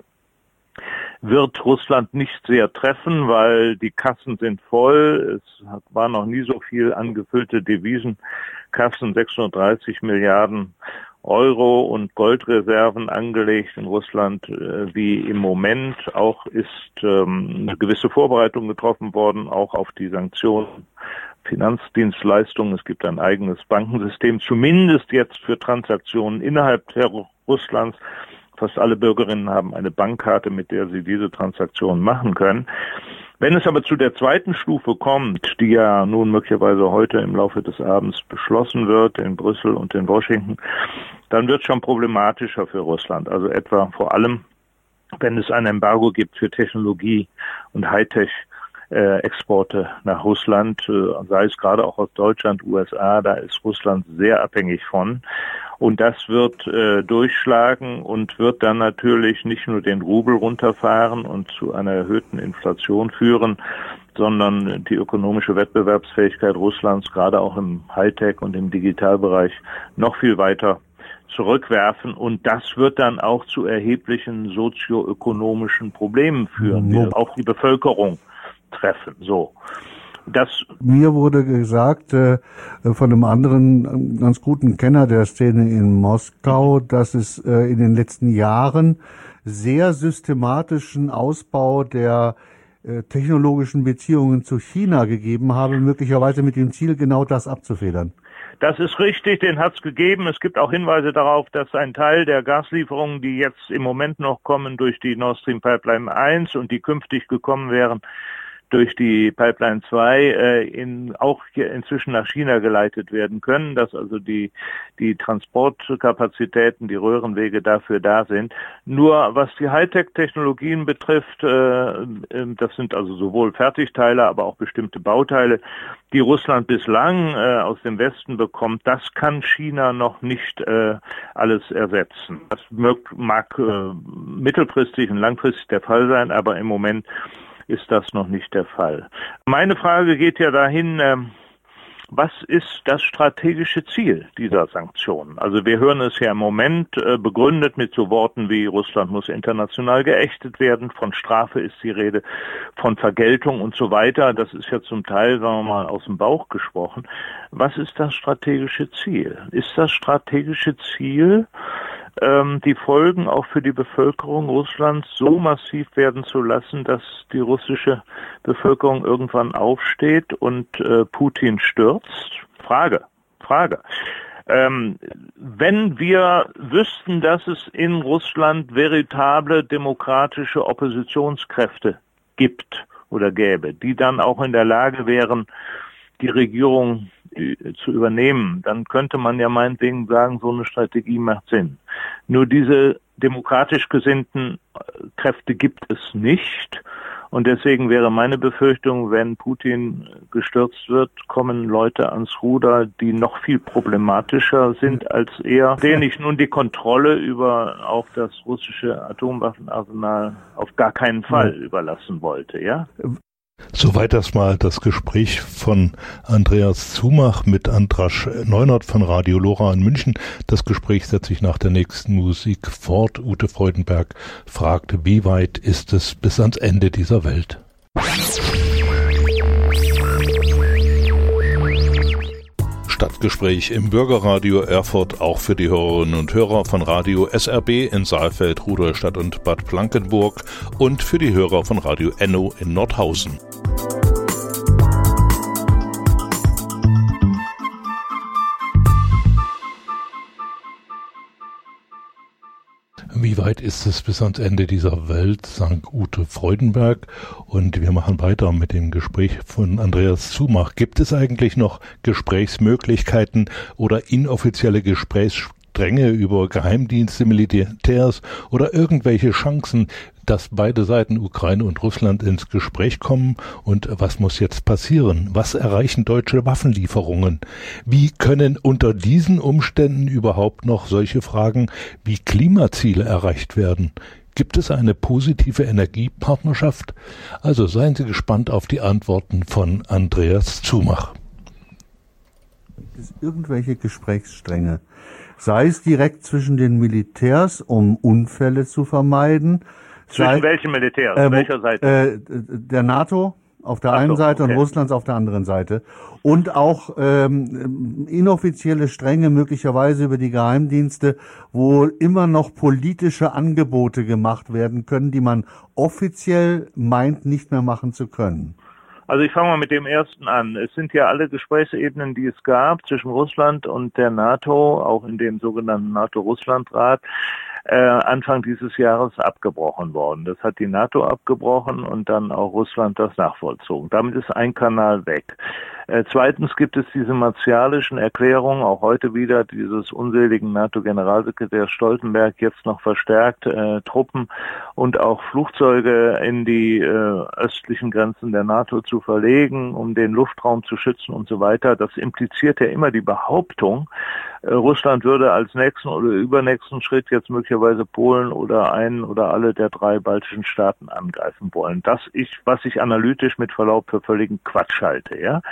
wird Russland nicht sehr treffen, weil die Kassen sind voll. Es war noch nie so viel angefüllte Devisenkassen, sechshundertdreißig Milliarden Euro und Goldreserven angelegt in Russland, äh, wie im Moment. Auch ist ähm, eine gewisse Vorbereitung getroffen worden, auch auf die Sanktionen, Finanzdienstleistungen. Es gibt ein eigenes Bankensystem, zumindest jetzt für Transaktionen innerhalb der Russlands. Fast alle Bürgerinnen haben eine Bankkarte, mit der sie diese Transaktionen machen können. Wenn es aber zu der zweiten Stufe kommt, die ja nun möglicherweise heute im Laufe des Abends beschlossen wird in Brüssel und in Washington, dann wird es schon problematischer für Russland. Also etwa vor allem, wenn es ein Embargo gibt für Technologie und Hightech Äh, Exporte nach Russland, äh, sei es gerade auch aus Deutschland, U S A, da ist Russland sehr abhängig von. Und das wird äh, durchschlagen und wird dann natürlich nicht nur den Rubel runterfahren und zu einer erhöhten Inflation führen, sondern die ökonomische Wettbewerbsfähigkeit Russlands, gerade auch im Hightech und im Digitalbereich, noch viel weiter zurückwerfen, und das wird dann auch zu erheblichen sozioökonomischen Problemen führen, die auch die Bevölkerung treffen. So. Das Mir wurde gesagt äh, von einem anderen ganz guten Kenner der Szene in Moskau, dass es äh, in den letzten Jahren sehr systematischen Ausbau der äh, technologischen Beziehungen zu China gegeben habe, möglicherweise mit dem Ziel, genau das abzufedern. Das ist richtig, den hat es gegeben. Es gibt auch Hinweise darauf, dass ein Teil der Gaslieferungen, die jetzt im Moment noch kommen durch die Nord Stream Pipeline eins und die künftig gekommen wären durch die Pipeline zwei, äh, in, auch hier inzwischen nach China geleitet werden können, dass also die, die Transportkapazitäten, die Röhrenwege dafür da sind. Nur was die Hightech-Technologien betrifft, äh, das sind also sowohl Fertigteile, aber auch bestimmte Bauteile, die Russland bislang äh, aus dem Westen bekommt, das kann China noch nicht äh, alles ersetzen. Das mag, mag äh, mittelfristig und langfristig der Fall sein, aber im Moment ist das noch nicht der Fall. Meine Frage geht ja dahin, äh, was ist das strategische Ziel dieser Sanktionen? Also wir hören es ja im Moment äh, begründet mit so Worten wie Russland muss international geächtet werden, von Strafe ist die Rede, von Vergeltung und so weiter. Das ist ja zum Teil, sagen wir mal, aus dem Bauch gesprochen. Was ist das strategische Ziel? Ist das strategische Ziel, ähm, die Folgen auch für die Bevölkerung Russlands so massiv werden zu lassen, dass die russische Bevölkerung irgendwann aufsteht und äh, Putin stürzt? Frage, Frage. Ähm, wenn wir wüssten, dass es in Russland veritable demokratische Oppositionskräfte gibt oder gäbe, die dann auch in der Lage wären, die Regierung zu übernehmen, dann könnte man ja meinetwegen sagen, so eine Strategie macht Sinn. Nur diese demokratisch gesinnten Kräfte gibt es nicht. Und deswegen wäre meine Befürchtung, wenn Putin gestürzt wird, kommen Leute ans Ruder, die noch viel problematischer sind als er, denen ich nun die Kontrolle über auch das russische Atomwaffenarsenal auf gar keinen Fall ja. überlassen wollte, ja? Soweit erstmal das Gespräch von Andreas Zumach mit Andras Neunert von Radio Lora in München. Das Gespräch setzt sich nach der nächsten Musik fort. Ute Freudenberg fragt, wie weit ist es bis ans Ende dieser Welt? Stadtgespräch im Bürgerradio Erfurt, auch für die Hörerinnen und Hörer von Radio S R B in Saalfeld, Rudolstadt und Bad Blankenburg und für die Hörer von Radio Enno in Nordhausen. Wie weit ist es bis ans Ende dieser Welt, sank Ute Freudenberg. Und wir machen weiter mit dem Gespräch von Andreas Zumach. Gibt es eigentlich noch Gesprächsmöglichkeiten oder inoffizielle Gesprächsstränge über Geheimdienste, Militärs oder irgendwelche Chancen, dass beide Seiten, Ukraine und Russland, ins Gespräch kommen? Und was muss jetzt passieren? Was erreichen deutsche Waffenlieferungen? Wie können unter diesen Umständen überhaupt noch solche Fragen wie Klimaziele erreicht werden? Gibt es eine positive Energiepartnerschaft? Also seien Sie gespannt auf die Antworten von Andreas Zumach. Gibt es irgendwelche Gesprächsstränge? Sei es direkt zwischen den Militärs, um Unfälle zu vermeiden, Zwischen Sei, welchen Militärs? Äh, Welcher Seite? Äh, der NATO auf der Ach einen so, Seite okay. und Russlands auf der anderen Seite. Und auch ähm, inoffizielle Stränge möglicherweise über die Geheimdienste, wo immer noch politische Angebote gemacht werden können, die man offiziell meint, nicht mehr machen zu können. Also ich fange mal mit dem ersten an. Es sind ja alle Gesprächsebenen, die es gab zwischen Russland und der NATO, auch in dem sogenannten NATO-Russland-Rat, äh, Anfang dieses Jahres abgebrochen worden. Das hat die NATO abgebrochen und dann auch Russland das nachvollzogen. Damit ist ein Kanal weg. Äh, zweitens gibt es diese martialischen Erklärungen, auch heute wieder dieses unseligen NATO-Generalsekretärs Stoltenberg, jetzt noch verstärkt äh, Truppen und auch Flugzeuge in die äh, östlichen Grenzen der NATO zu verlegen, um den Luftraum zu schützen und so weiter. Das impliziert ja immer die Behauptung, äh, Russland würde als nächsten oder übernächsten Schritt jetzt möglicherweise Polen oder einen oder alle der drei baltischen Staaten angreifen wollen. Das ich, was ich analytisch mit Verlaub für völligen Quatsch halte, ja.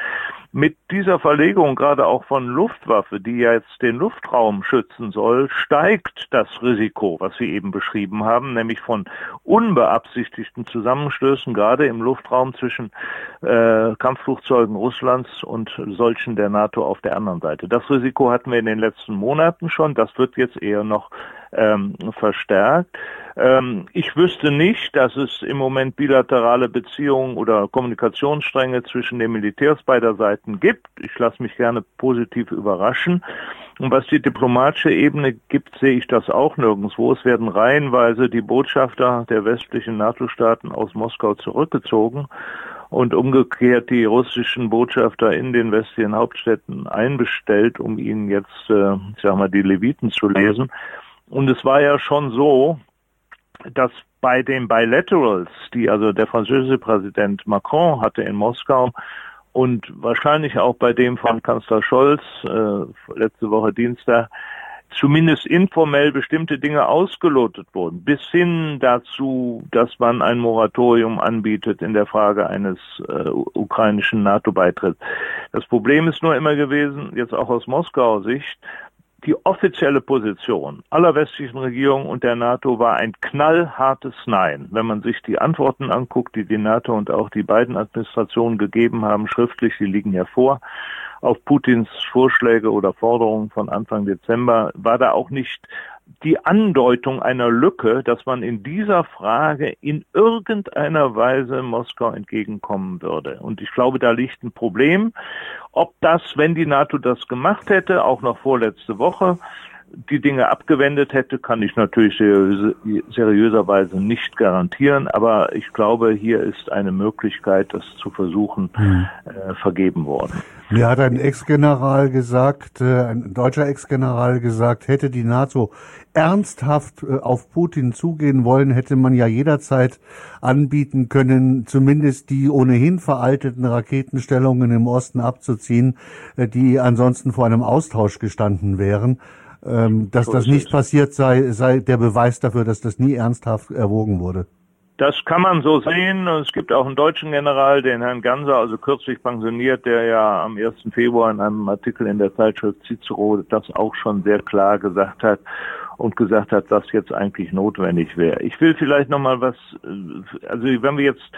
Mit dieser Verlegung, gerade auch von Luftwaffe, die ja jetzt den Luftraum schützen soll, steigt das Risiko, was Sie eben beschrieben haben, nämlich von unbeabsichtigten Zusammenstößen, gerade im Luftraum zwischen äh, Kampfflugzeugen Russlands und solchen der NATO auf der anderen Seite. Das Risiko hatten wir in den letzten Monaten schon, das wird jetzt eher noch ähm, verstärkt. Ähm, ich wüsste nicht, dass es im Moment bilaterale Beziehungen oder Kommunikationsstränge zwischen den Militärs beider Seiten gibt. Ich lasse mich gerne positiv überraschen. Und was die diplomatische Ebene gibt, sehe ich das auch nirgendwo. Es werden reihenweise die Botschafter der westlichen NATO-Staaten aus Moskau zurückgezogen und umgekehrt die russischen Botschafter in den westlichen Hauptstädten einbestellt, um ihnen jetzt, äh, ich sag mal, die Leviten zu lesen. Und es war ja schon so, dass bei den Bilaterals, die also der französische Präsident Macron hatte in Moskau und wahrscheinlich auch bei dem von Kanzler Scholz äh, letzte Woche Dienstag, zumindest informell bestimmte Dinge ausgelotet wurden, bis hin dazu, dass man ein Moratorium anbietet in der Frage eines äh, ukrainischen NATO-Beitritts. Das Problem ist nur immer gewesen, jetzt auch aus Moskauer Sicht, die offizielle Position aller westlichen Regierungen und der NATO war ein knallhartes Nein. Wenn man sich die Antworten anguckt, die die NATO und auch die beiden Administrationen gegeben haben, schriftlich, die liegen ja vor, auf Putins Vorschläge oder Forderungen von Anfang Dezember, war da auch nicht die Andeutung einer Lücke, dass man in dieser Frage in irgendeiner Weise Moskau entgegenkommen würde. Und ich glaube, da liegt ein Problem. Ob das, wenn die NATO das gemacht hätte, auch noch vorletzte Woche, die Dinge abgewendet hätte, kann ich natürlich seriöse, seriöserweise nicht garantieren. Aber ich glaube, hier ist eine Möglichkeit, das zu versuchen, hm. äh, vergeben worden. Mir hat ein Ex-General gesagt, äh, ein deutscher Ex-General gesagt, hätte die NATO ernsthaft äh, auf Putin zugehen wollen, hätte man ja jederzeit anbieten können, zumindest die ohnehin veralteten Raketenstellungen im Osten abzuziehen, äh, die ansonsten vor einem Austausch gestanden wären. Ähm, dass das nicht passiert sei, sei der Beweis dafür, dass das nie ernsthaft erwogen wurde. Das kann man so sehen. Es gibt auch einen deutschen General, den Herrn Ganser, also kürzlich pensioniert, der ja am ersten Februar in einem Artikel in der Zeitschrift Cicero das auch schon sehr klar gesagt hat und gesagt hat, was jetzt eigentlich notwendig wäre. Ich will vielleicht noch mal was, also wenn wir jetzt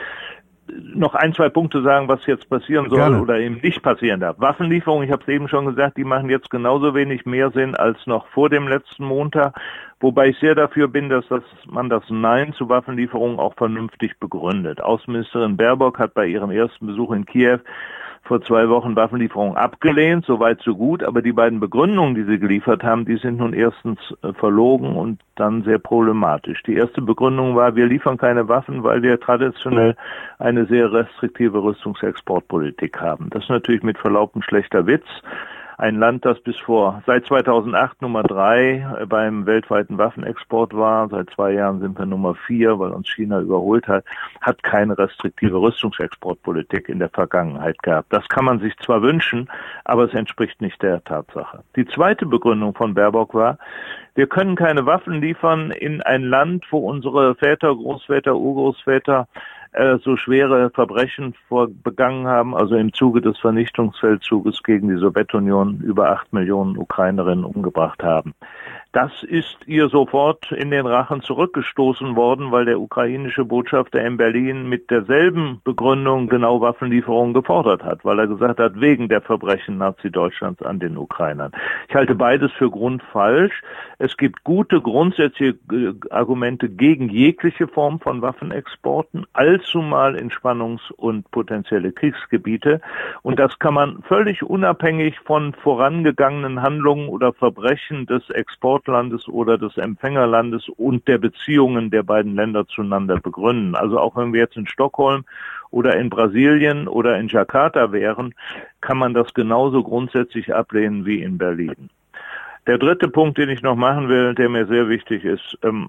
noch ein, zwei Punkte sagen, was jetzt passieren soll Gerne. Oder eben nicht passieren darf. Waffenlieferungen, ich habe es eben schon gesagt, die machen jetzt genauso wenig mehr Sinn als noch vor dem letzten Montag, wobei ich sehr dafür bin, dass das, man das Nein zu Waffenlieferungen auch vernünftig begründet. Außenministerin Baerbock hat bei ihrem ersten Besuch in Kiew vor zwei Wochen Waffenlieferungen abgelehnt, soweit so gut, aber die beiden Begründungen, die sie geliefert haben, die sind nun erstens äh, verlogen und dann sehr problematisch. Die erste Begründung war, wir liefern keine Waffen, weil wir traditionell eine sehr restriktive Rüstungsexportpolitik haben. Das ist natürlich mit Verlaub ein schlechter Witz. Ein Land, das bis vor, seit zweitausendacht Nummer drei beim weltweiten Waffenexport war, seit zwei Jahren sind wir Nummer vier, weil uns China überholt hat, hat keine restriktive Rüstungsexportpolitik in der Vergangenheit gehabt. Das kann man sich zwar wünschen, aber es entspricht nicht der Tatsache. Die zweite Begründung von Baerbock war, wir können keine Waffen liefern in ein Land, wo unsere Väter, Großväter, Urgroßväter so schwere Verbrechen vor, begangen haben, also im Zuge des Vernichtungsfeldzuges gegen die Sowjetunion über acht Millionen Ukrainerinnen umgebracht haben. Das ist ihr sofort in den Rachen zurückgestoßen worden, weil der ukrainische Botschafter in Berlin mit derselben Begründung genau Waffenlieferungen gefordert hat, weil er gesagt hat, wegen der Verbrechen Nazi-Deutschlands an den Ukrainern. Ich halte beides für grundfalsch. Es gibt gute grundsätzliche Argumente gegen jegliche Form von Waffenexporten, allzumal in Spannungs- und potenzielle Kriegsgebiete. Und das kann man völlig unabhängig von vorangegangenen Handlungen oder Verbrechen des Exportlandes oder des Empfängerlandes und der Beziehungen der beiden Länder zueinander begründen. Also auch wenn wir jetzt in Stockholm oder in Brasilien oder in Jakarta wären, kann man das genauso grundsätzlich ablehnen wie in Berlin. Der dritte Punkt, den ich noch machen will, der mir sehr wichtig ist, ähm,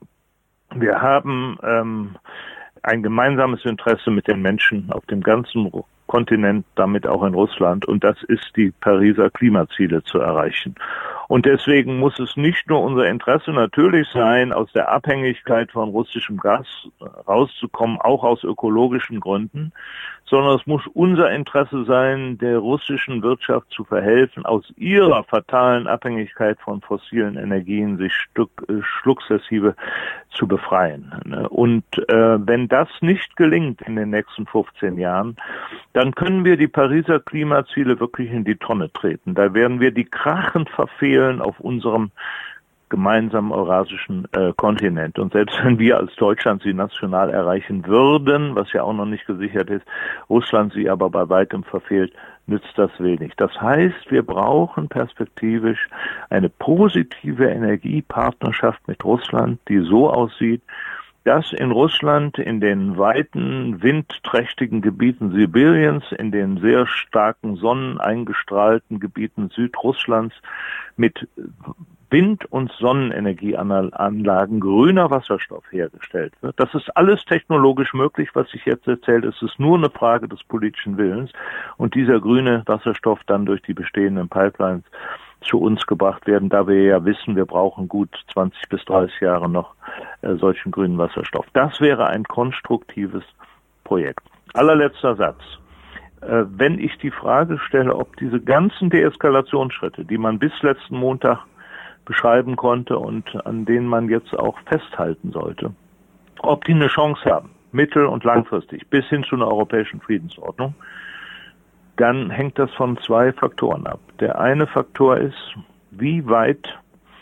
wir haben ähm, ein gemeinsames Interesse mit den Menschen auf dem ganzen Kontinent, damit auch in Russland, und das ist, die Pariser Klimaziele zu erreichen. Und deswegen muss es nicht nur unser Interesse natürlich sein, aus der Abhängigkeit von russischem Gas rauszukommen, auch aus ökologischen Gründen, sondern es muss unser Interesse sein, der russischen Wirtschaft zu verhelfen, aus ihrer fatalen Abhängigkeit von fossilen Energien sich Stück, äh, sukzessive zu befreien. Und äh, wenn das nicht gelingt in den nächsten fünfzehn Jahren, dann können wir die Pariser Klimaziele wirklich in die Tonne treten. Da werden wir die krachend verfehlen auf unserem gemeinsamen eurasischen äh, Kontinent. Und selbst wenn wir als Deutschland sie national erreichen würden, was ja auch noch nicht gesichert ist, Russland sie aber bei weitem verfehlt, nützt das wenig. Das heißt, wir brauchen perspektivisch eine positive Energiepartnerschaft mit Russland, die so aussieht, dass in Russland, in den weiten, windträchtigen Gebieten Sibiriens, in den sehr starken sonneneingestrahlten Gebieten Südrusslands mit Wind- und Sonnenenergieanlagen grüner Wasserstoff hergestellt wird. Das ist alles technologisch möglich, was ich jetzt erzähle. Es ist nur eine Frage des politischen Willens. Und dieser grüne Wasserstoff dann durch die bestehenden Pipelines zu uns gebracht werden, da wir ja wissen, wir brauchen gut zwanzig bis dreißig Jahre noch äh, solchen grünen Wasserstoff. Das wäre ein konstruktives Projekt. Allerletzter Satz. Äh, wenn ich die Frage stelle, ob diese ganzen Deeskalationsschritte, die man bis letzten Montag beschreiben konnte und an denen man jetzt auch festhalten sollte, ob die eine Chance haben, mittel- und langfristig, bis hin zu einer europäischen Friedensordnung, dann hängt das von zwei Faktoren ab. Der eine Faktor ist, wie weit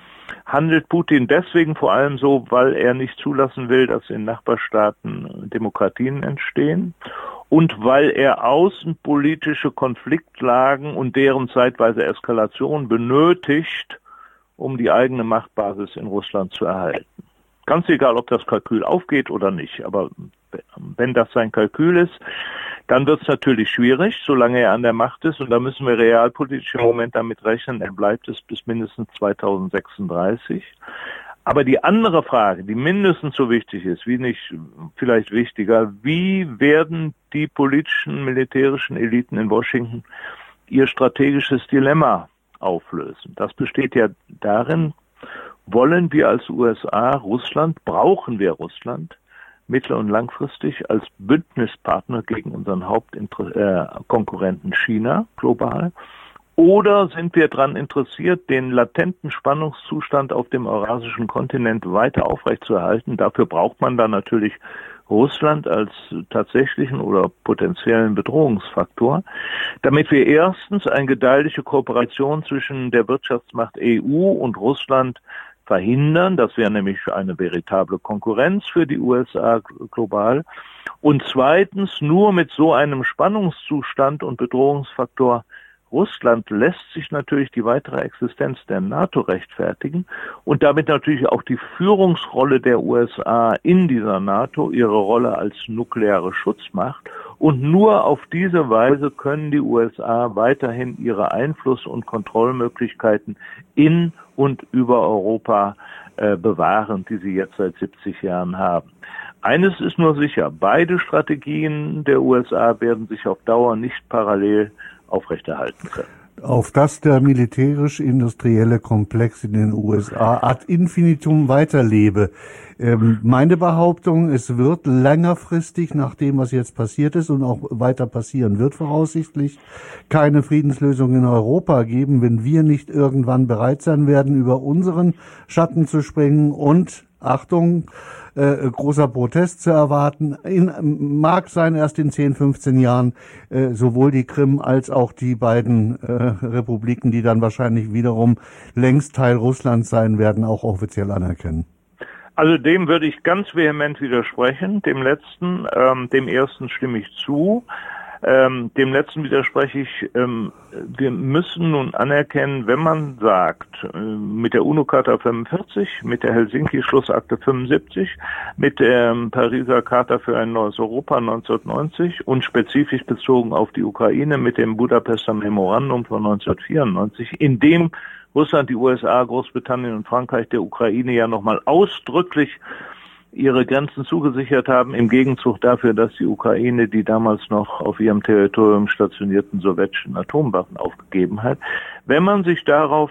handelt Putin deswegen vor allem so, weil er nicht zulassen will, dass in Nachbarstaaten Demokratien entstehen und weil er außenpolitische Konfliktlagen und deren zeitweise Eskalation benötigt, um die eigene Machtbasis in Russland zu erhalten. Ganz egal, ob das Kalkül aufgeht oder nicht, aber wenn das sein Kalkül ist, dann wird es natürlich schwierig, solange er an der Macht ist, und da müssen wir realpolitisch im Moment damit rechnen, er bleibt es bis mindestens zweitausendsechsunddreißig. Aber die andere Frage, die mindestens so wichtig ist, wie nicht vielleicht wichtiger, wie werden die politischen, militärischen Eliten in Washington ihr strategisches Dilemma auflösen? Das besteht ja darin, wollen wir als U S A Russland, brauchen wir Russland mittel- und langfristig als Bündnispartner gegen unseren Hauptkonkurrenten China global? Oder sind wir daran interessiert, den latenten Spannungszustand auf dem eurasischen Kontinent weiter aufrechtzuerhalten? Dafür braucht man dann natürlich Russland als tatsächlichen oder potenziellen Bedrohungsfaktor, damit wir erstens eine gedeihliche Kooperation zwischen der Wirtschaftsmacht E U und Russland verhindern. Das wäre nämlich eine veritable Konkurrenz für die U S A global. Und zweitens, nur mit so einem Spannungszustand und Bedrohungsfaktor Russland lässt sich natürlich die weitere Existenz der NATO rechtfertigen und damit natürlich auch die Führungsrolle der U S A in dieser NATO, ihre Rolle als nukleare Schutzmacht. Und nur auf diese Weise können die U S A weiterhin ihre Einfluss- und Kontrollmöglichkeiten in und über Europa äh, bewahren, die sie jetzt seit siebzig Jahren haben. Eines ist nur sicher, beide Strategien der U S A werden sich auf Dauer nicht parallel aufrechterhalten können. Auf dass der militärisch-industrielle Komplex in den U S A ad infinitum weiterlebe. Ähm, meine Behauptung, es wird längerfristig, nach dem, was jetzt passiert ist und auch weiter passieren wird voraussichtlich, keine Friedenslösung in Europa geben, wenn wir nicht irgendwann bereit sein werden, über unseren Schatten zu springen und, Achtung, Äh, großer Protest zu erwarten. In, mag sein, erst in zehn, fünfzehn Jahren äh, sowohl die Krim als auch die beiden äh, Republiken, die dann wahrscheinlich wiederum längst Teil Russlands sein werden, auch offiziell anerkennen. Also dem würde ich ganz vehement widersprechen. Dem letzten, ähm, dem ersten stimme ich zu. Ähm, dem letzten widerspreche ich, ähm, wir müssen nun anerkennen, wenn man sagt, äh, mit der UNO-Charta fünfundvierzig, mit der Helsinki-Schlussakte fünfundsiebzig, mit der ähm, Pariser Charta für ein neues Europa neunzehnhundertneunzig und spezifisch bezogen auf die Ukraine mit dem Budapester Memorandum von neunzehnhundertvierundneunzig, in dem Russland, die U S A, Großbritannien und Frankreich der Ukraine ja nochmal ausdrücklich ihre Grenzen zugesichert haben, im Gegenzug dafür, dass die Ukraine die damals noch auf ihrem Territorium stationierten sowjetischen Atomwaffen aufgegeben hat. Wenn man sich darauf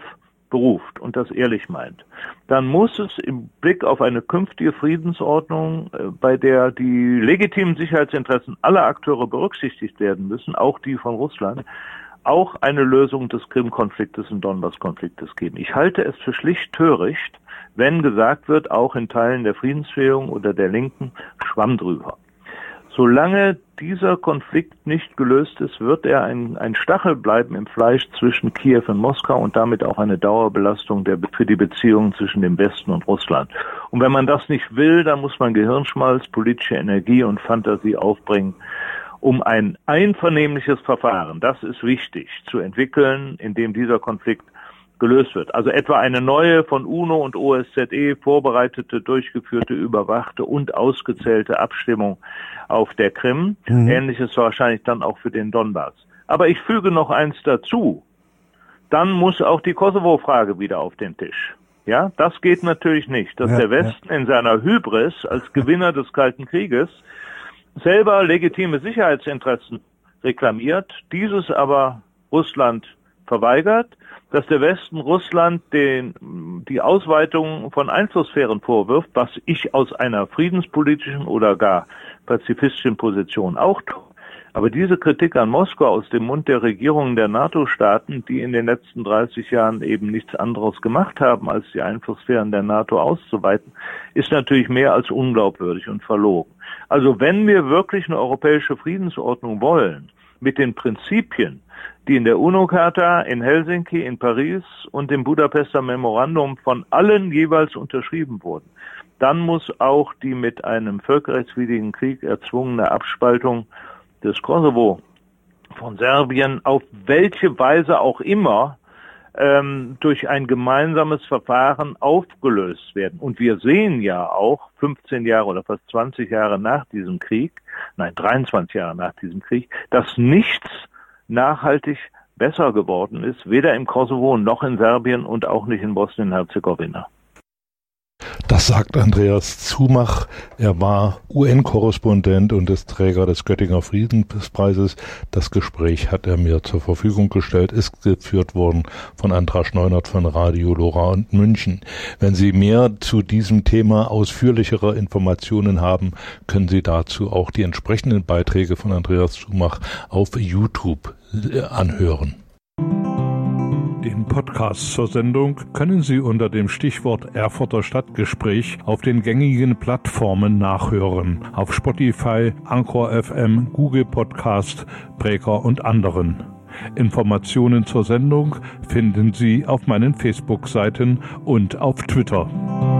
beruft und das ehrlich meint, dann muss es im Blick auf eine künftige Friedensordnung, bei der die legitimen Sicherheitsinteressen aller Akteure berücksichtigt werden müssen, auch die von Russland, auch eine Lösung des Krim-Konfliktes und Donbass-Konfliktes geben. Ich halte es für schlicht töricht, wenn gesagt wird, auch in Teilen der Friedensbewegung oder der Linken, Schwamm drüber. Solange dieser Konflikt nicht gelöst ist, wird er ein, ein Stachel bleiben im Fleisch zwischen Kiew und Moskau und damit auch eine Dauerbelastung der, für die Beziehungen zwischen dem Westen und Russland. Und wenn man das nicht will, dann muss man Gehirnschmalz, politische Energie und Fantasie aufbringen, um ein einvernehmliches Verfahren, das ist wichtig, zu entwickeln, in dem dieser Konflikt gelöst wird. Also etwa eine neue von UNO und O S Z E vorbereitete, durchgeführte, überwachte und ausgezählte Abstimmung auf der Krim. Mhm. Ähnliches wahrscheinlich dann auch für den Donbass. Aber ich füge noch eins dazu. Dann muss auch die Kosovo-Frage wieder auf den Tisch. Ja, das geht natürlich nicht, dass ja, der Westen ja. in seiner Hybris als Gewinner des Kalten Krieges selber legitime Sicherheitsinteressen reklamiert, dieses aber Russland verweigert, dass der Westen Russland den, die Ausweitung von Einflusssphären vorwirft, was ich aus einer friedenspolitischen oder gar pazifistischen Position auch tue. Aber diese Kritik an Moskau aus dem Mund der Regierungen der NATO-Staaten, die in den letzten dreißig Jahren eben nichts anderes gemacht haben, als die Einflusssphären der NATO auszuweiten, ist natürlich mehr als unglaubwürdig und verlogen. Also wenn wir wirklich eine europäische Friedensordnung wollen, mit den Prinzipien, die in der UNO-Charta, in Helsinki, in Paris und im Budapester Memorandum von allen jeweils unterschrieben wurden, dann muss auch die mit einem völkerrechtswidrigen Krieg erzwungene Abspaltung des Kosovo von Serbien, auf welche Weise auch immer, ähm, durch ein gemeinsames Verfahren aufgelöst werden. Und wir sehen ja auch, fünfzehn Jahre oder fast zwanzig Jahre nach diesem Krieg, nein, dreiundzwanzig Jahre nach diesem Krieg, dass nichts nachhaltig besser geworden ist, weder im Kosovo noch in Serbien und auch nicht in Bosnien-Herzegowina. Das sagt Andreas Zumach. Er war U N-Korrespondent und ist Träger des Göttinger Friedenspreises. Das Gespräch hat er mir zur Verfügung gestellt, ist geführt worden von Andras Neunert von Radio Lora und München. Wenn Sie mehr zu diesem Thema ausführlichere Informationen haben, können Sie dazu auch die entsprechenden Beiträge von Andreas Zumach auf YouTube anhören. Den Podcast zur Sendung können Sie unter dem Stichwort Erfurter Stadtgespräch auf den gängigen Plattformen nachhören. Auf Spotify, Anchor F M, Google Podcast, Breaker und anderen. Informationen zur Sendung finden Sie auf meinen Facebook-Seiten und auf Twitter.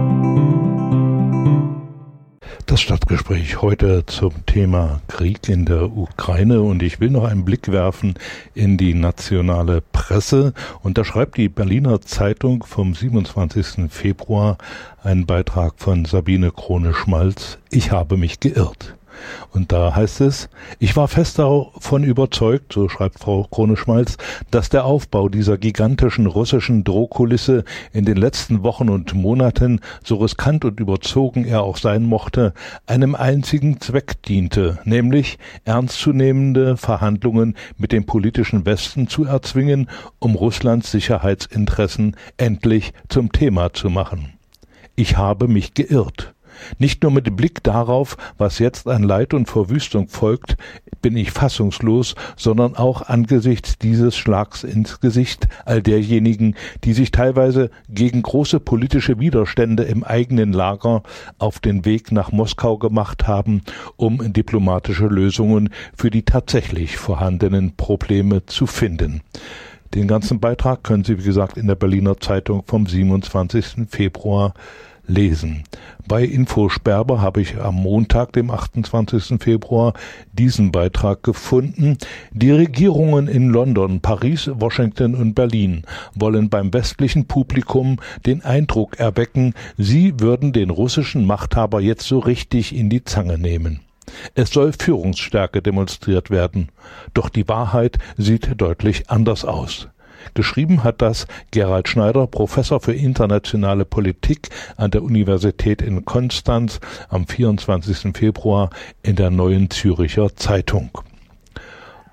Das Stadtgespräch heute zum Thema Krieg in der Ukraine, und ich will noch einen Blick werfen in die nationale Presse, und da schreibt die Berliner Zeitung vom siebenundzwanzigsten Februar einen Beitrag von Sabine Krone-Schmalz: Ich habe mich geirrt. Und da heißt es: Ich war fest davon überzeugt, so schreibt Frau Krone-Schmalz, dass der Aufbau dieser gigantischen russischen Drohkulisse in den letzten Wochen und Monaten, so riskant und überzogen er auch sein mochte, einem einzigen Zweck diente, nämlich ernstzunehmende Verhandlungen mit dem politischen Westen zu erzwingen, um Russlands Sicherheitsinteressen endlich zum Thema zu machen. Ich habe mich geirrt. Nicht nur mit Blick darauf, was jetzt an Leid und Verwüstung folgt, bin ich fassungslos, sondern auch angesichts dieses Schlags ins Gesicht all derjenigen, die sich teilweise gegen große politische Widerstände im eigenen Lager auf den Weg nach Moskau gemacht haben, um diplomatische Lösungen für die tatsächlich vorhandenen Probleme zu finden. Den ganzen Beitrag können Sie, wie gesagt, in der Berliner Zeitung vom siebenundzwanzigsten Februar lesen. Bei Info Sperber habe ich am Montag, dem achtundzwanzigsten Februar, diesen Beitrag gefunden. Die Regierungen in London, Paris, Washington und Berlin wollen beim westlichen Publikum den Eindruck erwecken, sie würden den russischen Machthaber jetzt so richtig in die Zange nehmen. Es soll Führungsstärke demonstriert werden. Doch die Wahrheit sieht deutlich anders aus. Geschrieben hat das Gerald Schneider, Professor für internationale Politik an der Universität in Konstanz, am vierundzwanzigsten Februar in der Neuen Zürcher Zeitung.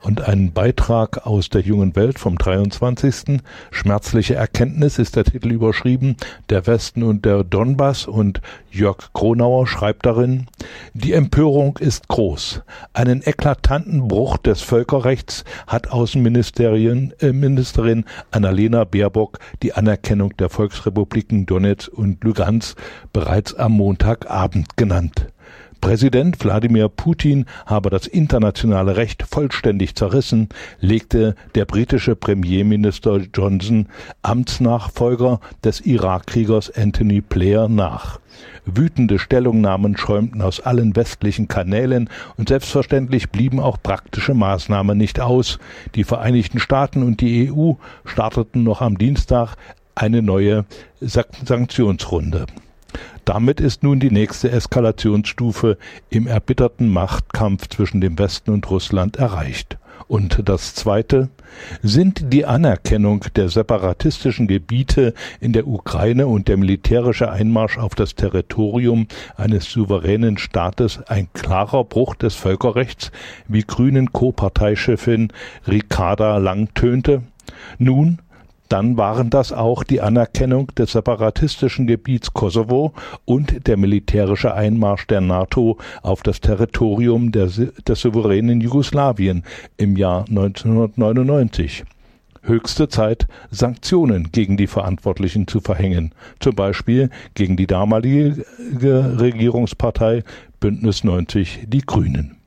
und einen Beitrag aus der Jungen Welt vom dreiundzwanzigsten Schmerzliche Erkenntnis ist der Titel überschrieben, der Westen und der Donbass, und Jörg Kronauer schreibt darin: Die Empörung ist groß. Einen eklatanten Bruch des Völkerrechts hat Außenministerin äh, Ministerin Annalena Baerbock die Anerkennung der Volksrepubliken Donetsk und Lugansk bereits am Montagabend genannt. Präsident Wladimir Putin habe das internationale Recht vollständig zerrissen, legte der britische Premierminister Johnson, Amtsnachfolger des Irakkriegers Anthony Blair, nach. Wütende Stellungnahmen schäumten aus allen westlichen Kanälen und selbstverständlich blieben auch praktische Maßnahmen nicht aus. Die Vereinigten Staaten und die E U starteten noch am Dienstag eine neue Sanktionsrunde. Damit ist nun die nächste Eskalationsstufe im erbitterten Machtkampf zwischen dem Westen und Russland erreicht. Und das Zweite: Sind die Anerkennung der separatistischen Gebiete in der Ukraine und der militärische Einmarsch auf das Territorium eines souveränen Staates ein klarer Bruch des Völkerrechts, wie Grünen Co-Parteichefin Ricarda Lang tönte? Nun, dann waren das auch die Anerkennung des separatistischen Gebiets Kosovo und der militärische Einmarsch der NATO auf das Territorium der, des souveränen Jugoslawien im Jahr neunzehnhundertneunundneunzig. Höchste Zeit, Sanktionen gegen die Verantwortlichen zu verhängen, zum Beispiel gegen die damalige Regierungspartei Bündnis neunzig, die Grünen.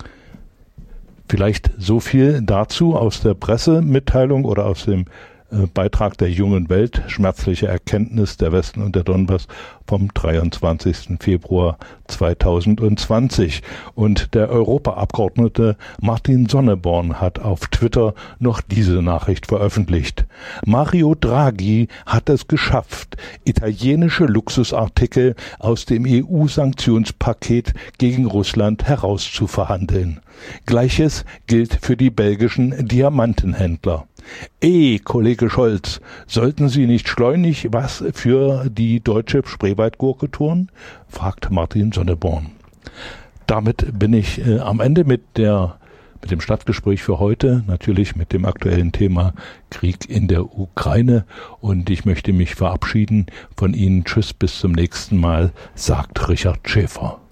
Vielleicht so viel dazu aus der Pressemitteilung oder aus dem Beitrag der Jungen Welt, Schmerzliche Erkenntnis, der Westen und der Donbass, vom dreiundzwanzigsten Februar zweitausendzwanzig. Und der Europaabgeordnete Martin Sonneborn hat auf Twitter noch diese Nachricht veröffentlicht. Mario Draghi hat es geschafft, italienische Luxusartikel aus dem E U-Sanktionspaket gegen Russland herauszuverhandeln. Gleiches gilt für die belgischen Diamantenhändler. Eh, Kollege Scholz, sollten Sie nicht schleunig was für die deutsche Spreewaldgurke tun? Fragt Martin Sonneborn. Damit bin ich äh, am Ende mit der mit dem Stadtgespräch für heute, natürlich mit dem aktuellen Thema Krieg in der Ukraine, und ich möchte mich verabschieden von Ihnen. Tschüss, bis zum nächsten Mal, sagt Richard Schäfer.